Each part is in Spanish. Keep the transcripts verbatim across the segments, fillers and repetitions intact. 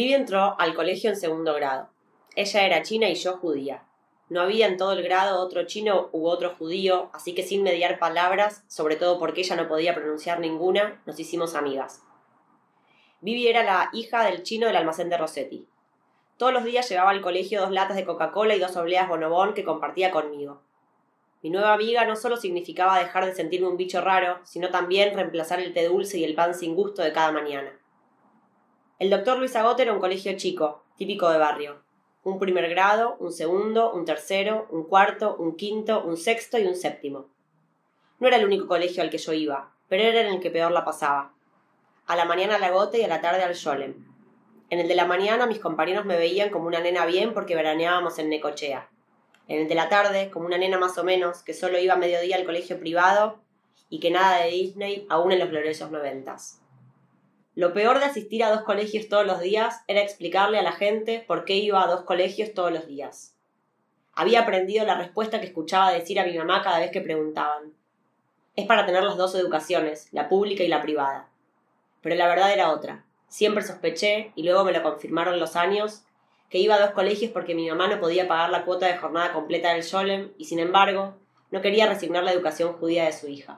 Vivi entró al colegio en segundo grado. Ella era china y yo judía. No había en todo el grado otro chino u otro judío, así que sin mediar palabras, sobre todo porque ella no podía pronunciar ninguna, nos hicimos amigas. Vivi era la hija del chino del almacén de Rossetti. Todos los días llevaba al colegio dos latas de Coca-Cola y dos obleas Bonobón que compartía conmigo. Mi nueva amiga no solo significaba dejar de sentirme un bicho raro, sino también reemplazar el té dulce y el pan sin gusto de cada mañana. El doctor Luis Agote era un colegio chico, típico de barrio. Un primer grado, un segundo, un tercero, un cuarto, un quinto, un sexto y un séptimo. No era el único colegio al que yo iba, pero era en el que peor la pasaba. A la mañana al Agote y a la tarde al Scholem. En el de la mañana mis compañeros me veían como una nena bien porque veraneábamos en Necochea. En el de la tarde, como una nena más o menos, que solo iba a mediodía al colegio privado y que nada de Disney aún en los gloriosos noventas. Lo peor de asistir a dos colegios todos los días era explicarle a la gente por qué iba a dos colegios todos los días. Había aprendido la respuesta que escuchaba decir a mi mamá cada vez que preguntaban. Es para tener las dos educaciones, la pública y la privada. Pero la verdad era otra. Siempre sospeché, y luego me lo confirmaron los años, que iba a dos colegios porque mi mamá no podía pagar la cuota de jornada completa del Scholem y, sin embargo, no quería resignar la educación judía de su hija.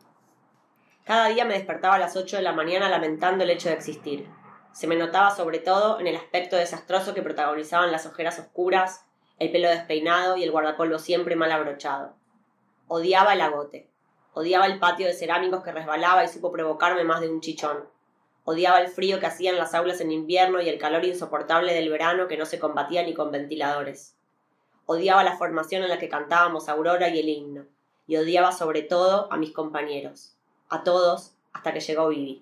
Cada día me despertaba a las ocho de la mañana lamentando el hecho de existir. Se me notaba sobre todo en el aspecto desastroso que protagonizaban las ojeras oscuras, el pelo despeinado y el guardapolvo siempre mal abrochado. Odiaba el Agote. Odiaba el patio de cerámicos que resbalaba y supo provocarme más de un chichón. Odiaba el frío que hacían las aulas en invierno y el calor insoportable del verano que no se combatía ni con ventiladores. Odiaba la formación en la que cantábamos Aurora y el himno. Y odiaba sobre todo a mis compañeros. A todos, hasta que llegó Vivi.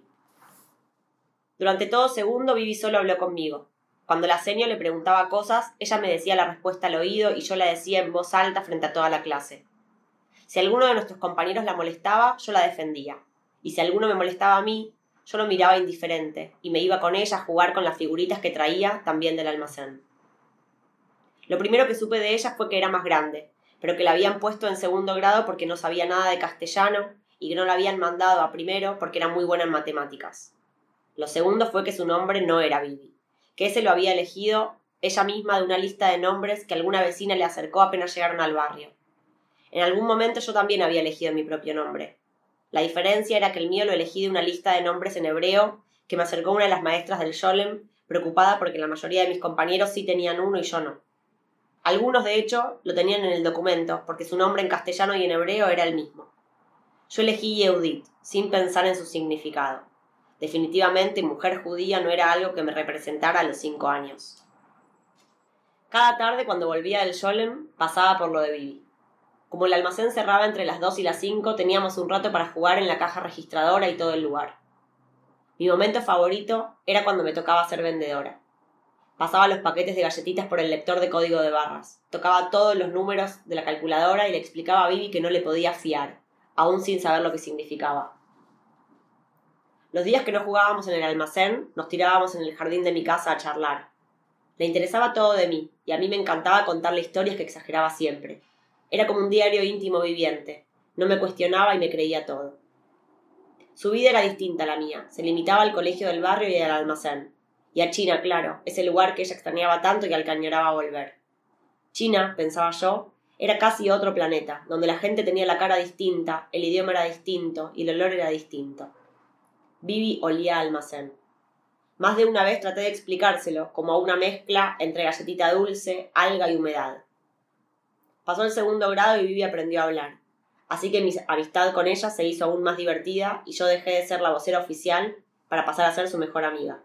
Durante todo segundo, Vivi solo habló conmigo. Cuando la seño le preguntaba cosas, ella me decía la respuesta al oído y yo la decía en voz alta frente a toda la clase. Si alguno de nuestros compañeros la molestaba, yo la defendía. Y si alguno me molestaba a mí, yo lo miraba indiferente y me iba con ella a jugar con las figuritas que traía también del almacén. Lo primero que supe de ella fue que era más grande, pero que la habían puesto en segundo grado porque no sabía nada de castellano y que no la habían mandado a primero porque era muy buena en matemáticas. Lo segundo fue que su nombre no era Vivi, que ese lo había elegido ella misma de una lista de nombres que alguna vecina le acercó apenas llegaron al barrio. En algún momento yo también había elegido mi propio nombre. La diferencia era que el mío lo elegí de una lista de nombres en hebreo que me acercó una de las maestras del Scholem, preocupada porque la mayoría de mis compañeros sí tenían uno y yo no. Algunos, de hecho, lo tenían en el documento, porque su nombre en castellano y en hebreo era el mismo. Yo elegí Yehudit, sin pensar en su significado. Definitivamente, mujer judía no era algo que me representara a los cinco años. Cada tarde, cuando volvía del Scholem, pasaba por lo de Vivi. Como el almacén cerraba entre las dos y las cinco, teníamos un rato para jugar en la caja registradora y todo el lugar. Mi momento favorito era cuando me tocaba ser vendedora. Pasaba los paquetes de galletitas por el lector de código de barras, tocaba todos los números de la calculadora y le explicaba a Vivi que no le podía fiar, aún sin saber lo que significaba. Los días que no jugábamos en el almacén, nos tirábamos en el jardín de mi casa a charlar. Le interesaba todo de mí, y a mí me encantaba contarle historias que exageraba siempre. Era como un diario íntimo viviente. No me cuestionaba y me creía todo. Su vida era distinta a la mía. Se limitaba al colegio del barrio y al almacén. Y a China, claro, ese lugar que ella extrañaba tanto y al que añoraba volver. China, pensaba yo, era casi otro planeta, donde la gente tenía la cara distinta, el idioma era distinto y el olor era distinto. Vivi olía a almacén. Más de una vez traté de explicárselo, como a una mezcla entre galletita dulce, alga y humedad. Pasó el segundo grado y Vivi aprendió a hablar. Así que mi amistad con ella se hizo aún más divertida y yo dejé de ser la vocera oficial para pasar a ser su mejor amiga.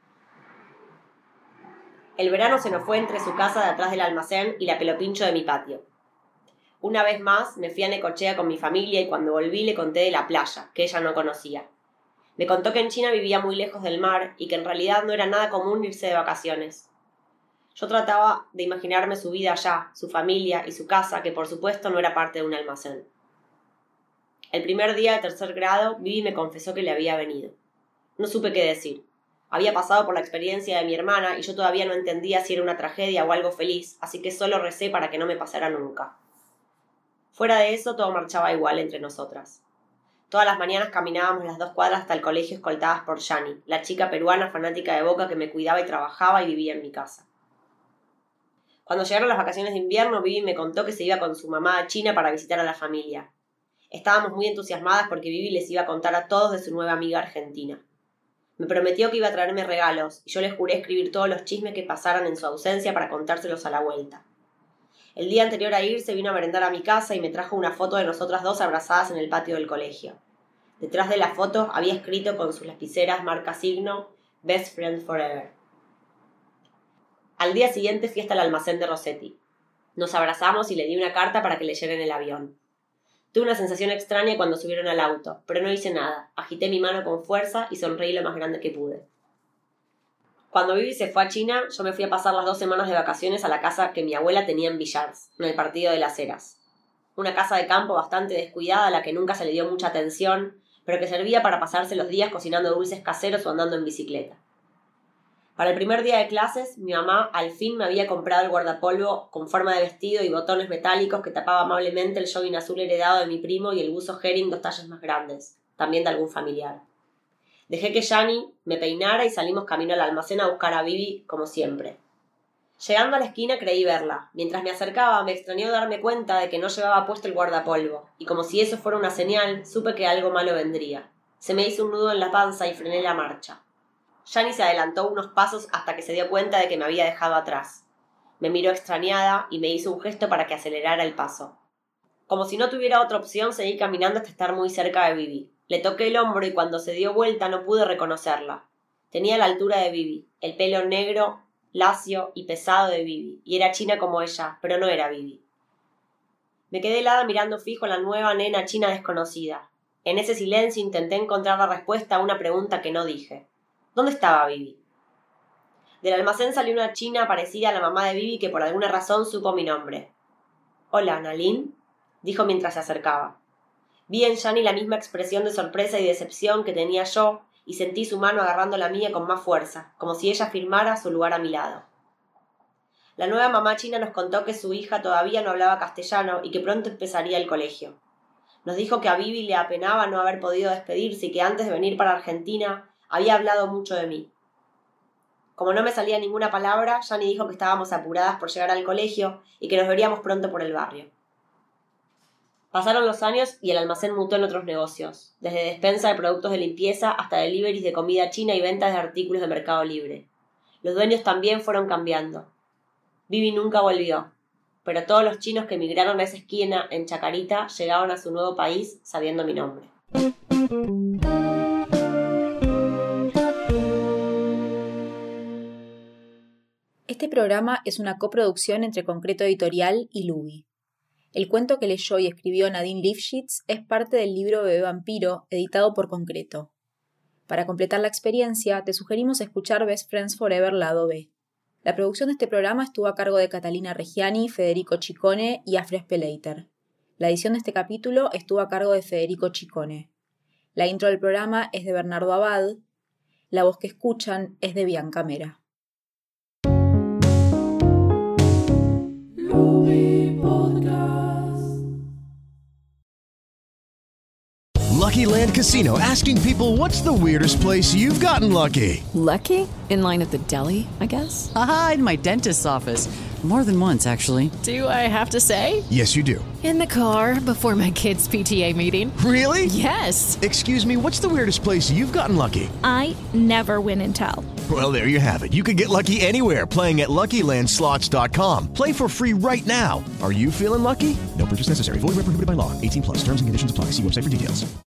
El verano se nos fue entre su casa de atrás del almacén y la pelopincho de mi patio. Una vez más me fui a Necochea con mi familia y cuando volví le conté de la playa, que ella no conocía. Me contó que en China vivía muy lejos del mar y que en realidad no era nada común irse de vacaciones. Yo trataba de imaginarme su vida allá, su familia y su casa, que por supuesto no era parte de un almacén. El primer día de tercer grado, Vivi me confesó que le había venido. No supe qué decir. Había pasado por la experiencia de mi hermana y yo todavía no entendía si era una tragedia o algo feliz, así que solo recé para que no me pasara nunca. Fuera de eso, todo marchaba igual entre nosotras. Todas las mañanas caminábamos las dos cuadras hasta el colegio escoltadas por Yani, la chica peruana fanática de Boca que me cuidaba y trabajaba y vivía en mi casa. Cuando llegaron las vacaciones de invierno, Vivi me contó que se iba con su mamá a China para visitar a la familia. Estábamos muy entusiasmadas porque Vivi les iba a contar a todos de su nueva amiga argentina. Me prometió que iba a traerme regalos y yo les juré escribir todos los chismes que pasaran en su ausencia para contárselos a la vuelta. El día anterior a irse vino a merendar a mi casa y me trajo una foto de nosotras dos abrazadas en el patio del colegio. Detrás de la foto había escrito con sus lapiceras marca signo Best Friends Forever. Al día siguiente fui hasta el almacén de Rossetti. Nos abrazamos y le di una carta para que leyera en el avión. Tuve una sensación extraña cuando subieron al auto, pero no hice nada. Agité mi mano con fuerza y sonreí lo más grande que pude. Cuando Vivi se fue a China, yo me fui a pasar las dos semanas de vacaciones a la casa que mi abuela tenía en Villars, en el Partido de las Heras. Una casa de campo bastante descuidada a la que nunca se le dio mucha atención, pero que servía para pasarse los días cocinando dulces caseros o andando en bicicleta. Para el primer día de clases, mi mamá al fin me había comprado el guardapolvo con forma de vestido y botones metálicos que tapaba amablemente el jogging azul heredado de mi primo y el buzo herring dos tallas más grandes, también de algún familiar. Dejé que Yani me peinara y salimos camino al almacén a buscar a Vivi, como siempre. Llegando a la esquina creí verla. Mientras me acercaba me extrañó darme cuenta de que no llevaba puesto el guardapolvo, y como si eso fuera una señal, supe que algo malo vendría. Se me hizo un nudo en la panza y frené la marcha. Yani se adelantó unos pasos hasta que se dio cuenta de que me había dejado atrás. Me miró extrañada y me hizo un gesto para que acelerara el paso. Como si no tuviera otra opción, seguí caminando hasta estar muy cerca de Vivi. Le toqué el hombro y cuando se dio vuelta no pude reconocerla. Tenía la altura de Vivi, el pelo negro, lacio y pesado de Vivi, y era china como ella, pero no era Vivi. Me quedé helada mirando fijo a la nueva nena china desconocida. En ese silencio intenté encontrar la respuesta a una pregunta que no dije. ¿Dónde estaba Vivi? Del almacén salió una china parecida a la mamá de Vivi que por alguna razón supo mi nombre. «Hola, Nalin», dijo mientras se acercaba. Vi en Yani la misma expresión de sorpresa y decepción que tenía yo, y sentí su mano agarrando la mía con más fuerza, como si ella firmara su lugar a mi lado. La nueva mamá china nos contó que su hija todavía no hablaba castellano y que pronto empezaría el colegio. Nos dijo que a Vivi le apenaba no haber podido despedirse y que antes de venir para Argentina había hablado mucho de mí. Como no me salía ninguna palabra, Yani dijo que estábamos apuradas por llegar al colegio y que nos veríamos pronto por el barrio. Pasaron los años y el almacén mutó en otros negocios, desde despensa de productos de limpieza hasta deliveries de comida china y ventas de artículos de Mercado Libre. Los dueños también fueron cambiando. Vivi nunca volvió, pero todos los chinos que emigraron a esa esquina en Chacarita llegaban a su nuevo país sabiendo mi nombre. Este programa es una coproducción entre Concreto Editorial y Lubi. El cuento que leyó y escribió Nadine Lifshitz es parte del libro Bebé Vampiro, editado por Concreto. Para completar la experiencia, te sugerimos escuchar Best Friends Forever lado B. La producción de este programa estuvo a cargo de Catalina Reggiani, Federico Ciccone y Afres Peleiter. La edición de este capítulo estuvo a cargo de Federico Ciccone. La intro del programa es de Bernardo Abad. La voz que escuchan es de Bianca Mera. Lucky Land Casino, asking people, what's the weirdest place you've gotten lucky? Lucky? In line at the deli, I guess? Aha, in my dentist's office. More than once, actually. Do I have to say? Yes, you do. In the car before my kids' P T A meeting. Really? Yes. Excuse me, what's the weirdest place you've gotten lucky? I never win and tell. Well, there you have it. You can get lucky anywhere, playing at Lucky Land Slots dot com. Play for free right now. Are you feeling lucky? No purchase necessary. Void where prohibited by law. eighteen plus. Terms and conditions apply. See website for details.